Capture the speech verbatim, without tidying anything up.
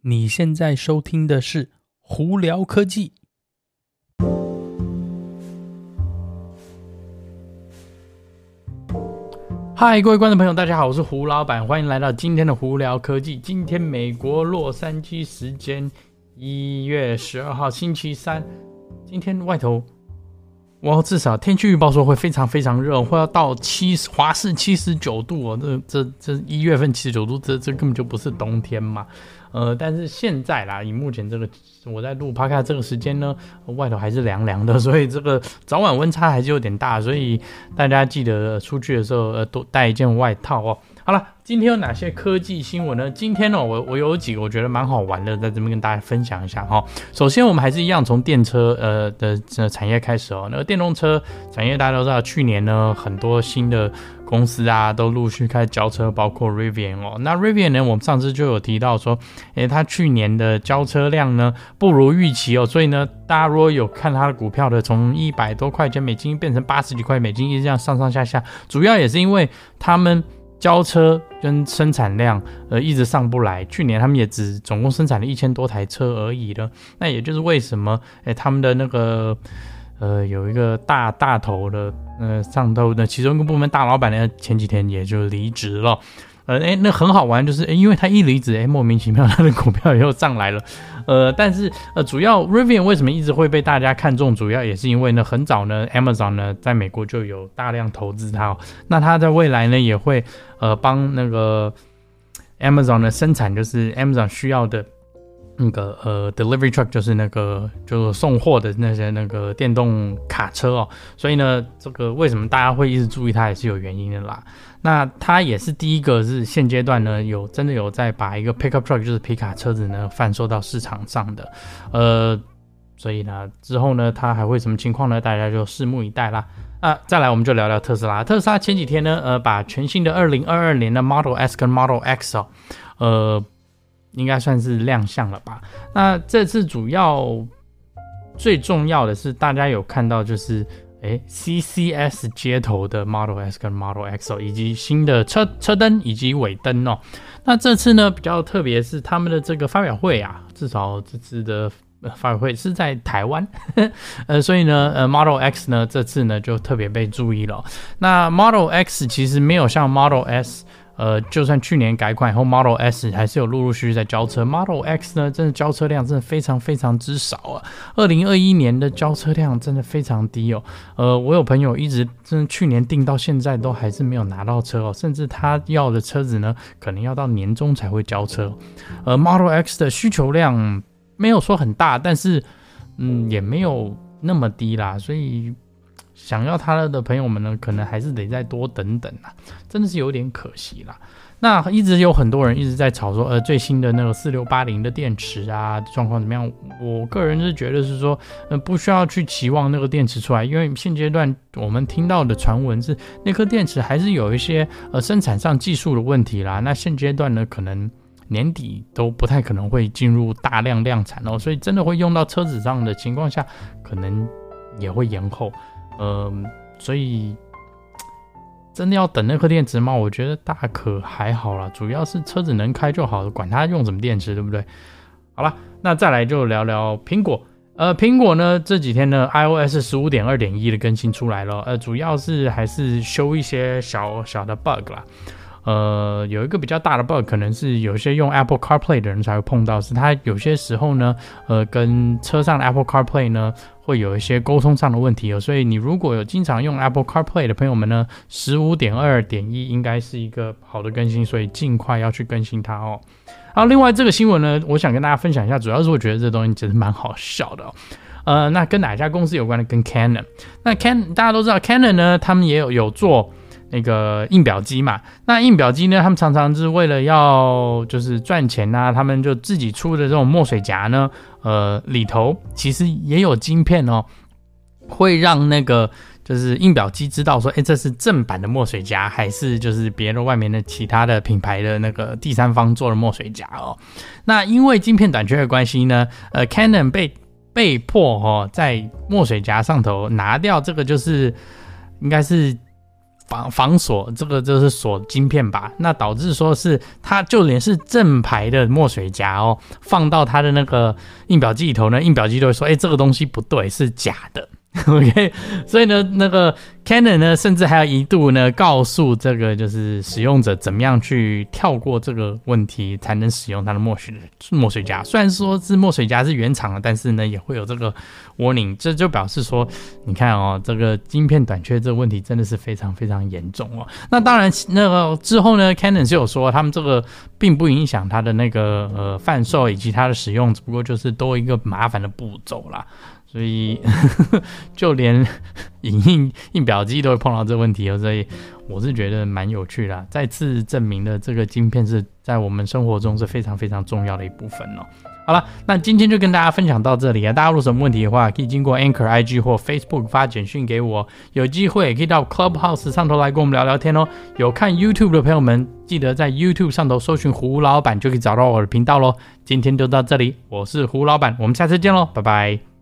你现在收听的是胡聊科技。嗨，各位观众朋友，大家好，我是胡老板，欢迎来到今天的胡聊科技。今天美国洛杉矶时间一月十二号星期三，今天外头我至少天气预报说会非常非常热，会要到七十华氏七十九度哦，这这这一月份七十九度，这这根本就不是冬天嘛。呃，但是现在啦，以目前这个我在录 podcast 这个时间呢，外头还是凉凉的，所以这个早晚温差还是有点大，所以大家记得出去的时候呃多带一件外套哦。好了，今天有哪些科技新闻呢？今天哦，我我有几个我觉得蛮好玩的，在这边跟大家分享一下哈、哦。首先，我们还是一样从电车呃的呃产业开始哦。那个电动车产业大家都知道，去年呢很多新的公司啊都陆续开始交车，包括 Rivian 哦。那 Rivian 呢，我们上次就有提到说，诶，它去年的交车量呢不如预期哦，所以呢，大家如果有看它的股票的，从一百多块钱美金变成八十几块美金，一直这样上上下下，主要也是因为他们交车跟生产量呃一直上不来，去年他们也只总共生产了一千多台车而已了。那也就是为什么诶他们的那个呃有一个大大头的呃上头的其中一个部门大老板呢，前几天也就离职了。呃，哎，那很好玩，就是哎，因为他一离职，哎，莫名其妙他的股票又上来了，呃，但是呃，主要 Rivian 为什么一直会被大家看中，主要也是因为呢，很早呢 ，Amazon 呢在美国就有大量投资它、哦，那它在未来呢也会呃帮那个 Amazon 的生产，就是 Amazon 需要的那个呃 delivery truck， 就是那个就是送货的那些那个电动卡车哦，所以呢，这个为什么大家会一直注意它也是有原因的啦。那它也是第一个是现阶段呢有真的有在把一个 pickup truck 就是皮卡车子呢贩售到市场上的，呃，所以呢之后呢它还会什么情况呢？大家就拭目以待啦。啊，再来我们就聊聊特斯拉。特斯拉前几天呢，呃，把全新的二零二二年的 Model S 跟 Model X 哦，呃，应该算是亮相了吧？那这次主要最重要的是，大家有看到就是。诶 C C S 接头的 Model S 跟 Model X 哦，以及新的车车灯以及尾灯哦。那这次呢比较特别是他们的这个发表会啊，至少这次的发表会是在台湾，呃，所以呢，呃 ，Model X 呢这次呢就特别被注意了、哦。那 Model X 其实没有像 Model S。呃，就算去年改款以后 ，Model S 还是有陆陆续续在交车。Model X 呢，真的交车量真的非常非常之少啊！二零二一年的交车量真的非常低哦。呃，我有朋友一直真的去年订到现在都还是没有拿到车哦，甚至他要的车子呢，可能要到年中才会交车。呃 ，Model X 的需求量没有说很大，但是嗯，也没有那么低啦，所以。想要它的朋友们呢，可能还是得再多等等啦，真的是有点可惜啦。那一直有很多人一直在吵说，呃，最新的那个四六八零的电池啊，状况怎么样？我个人是觉得是说，呃，不需要去期望那个电池出来，因为现阶段我们听到的传闻是，那颗电池还是有一些呃生产上技术的问题啦。那现阶段呢，可能年底都不太可能会进入大量量产哦，所以真的会用到车子上的情况下，可能也会延后。呃，所以真的要等那颗电池吗？我觉得大可还好啦，主要是车子能开就好了，管它用什么电池，对不对？好啦，那再来就聊聊苹果。呃，苹果呢这几天呢 iOS 十五点二点一 的更新出来了，呃，主要是还是修一些小小的 bug 啦。呃，有一个比较大的 bug， 可能是有些用 Apple CarPlay 的人才会碰到，是它有些时候呢，呃，跟车上的 Apple CarPlay 呢，会有一些沟通上的问题哦。所以你如果有经常用 Apple CarPlay 的朋友们呢 ，十五点二点一 应该是一个好的更新，所以尽快要去更新它哦。好，另外这个新闻呢，我想跟大家分享一下，主要是我觉得这东西真的蛮好笑的哦。呃，那跟哪一家公司有关的？跟 Canon。那 Canon 大家都知道 ，Canon 呢，他们也有有做。那个印表机嘛，那印表机呢，他们常常是为了要就是赚钱啊，他们就自己出的这种墨水夹呢，呃，里头其实也有晶片哦，会让那个就是印表机知道说，哎，这是正版的墨水夹，还是就是别的外面的其他的品牌的那个第三方做的墨水夹哦。那因为晶片短缺的关系呢，呃 ，Canon 被被迫哦，在墨水夹上头拿掉这个就是应该是。 防防锁，这个就是锁晶片吧，那导致说是它就连是正牌的墨水夹哦，放到它的那个印表机里头呢，印表机都会说，哎，这个东西不对，是假的。OK， 所以呢，那个 Canon 呢，甚至还要一度呢告诉这个就是使用者怎么样去跳过这个问题，才能使用它的墨水墨水夹。虽然说是墨水夹是原厂的，但是呢也会有这个 warning， 这就表示说，你看哦，这个晶片短缺这个问题真的是非常非常严重哦。那当然，那个之后呢 ，Canon 是有说他们这个并不影响它的那个呃贩售以及它的使用，只不过就是多一个麻烦的步骤啦。所以就连影印印表机都会碰到这个问题，所以我是觉得蛮有趣的，再次证明了这个晶片是在我们生活中是非常非常重要的一部分哦。好了，那今天就跟大家分享到这里啊！大家如果有什么问题的话，可以经过 Anchor、I G 或 Facebook 发简讯给我，有机会也可以到 Clubhouse 上头来跟我们聊聊天哦。有看 YouTube 的朋友们，记得在 YouTube 上头搜寻胡老板就可以找到我的频道咯。今天就到这里，我是胡老板，我们下次见咯，拜拜。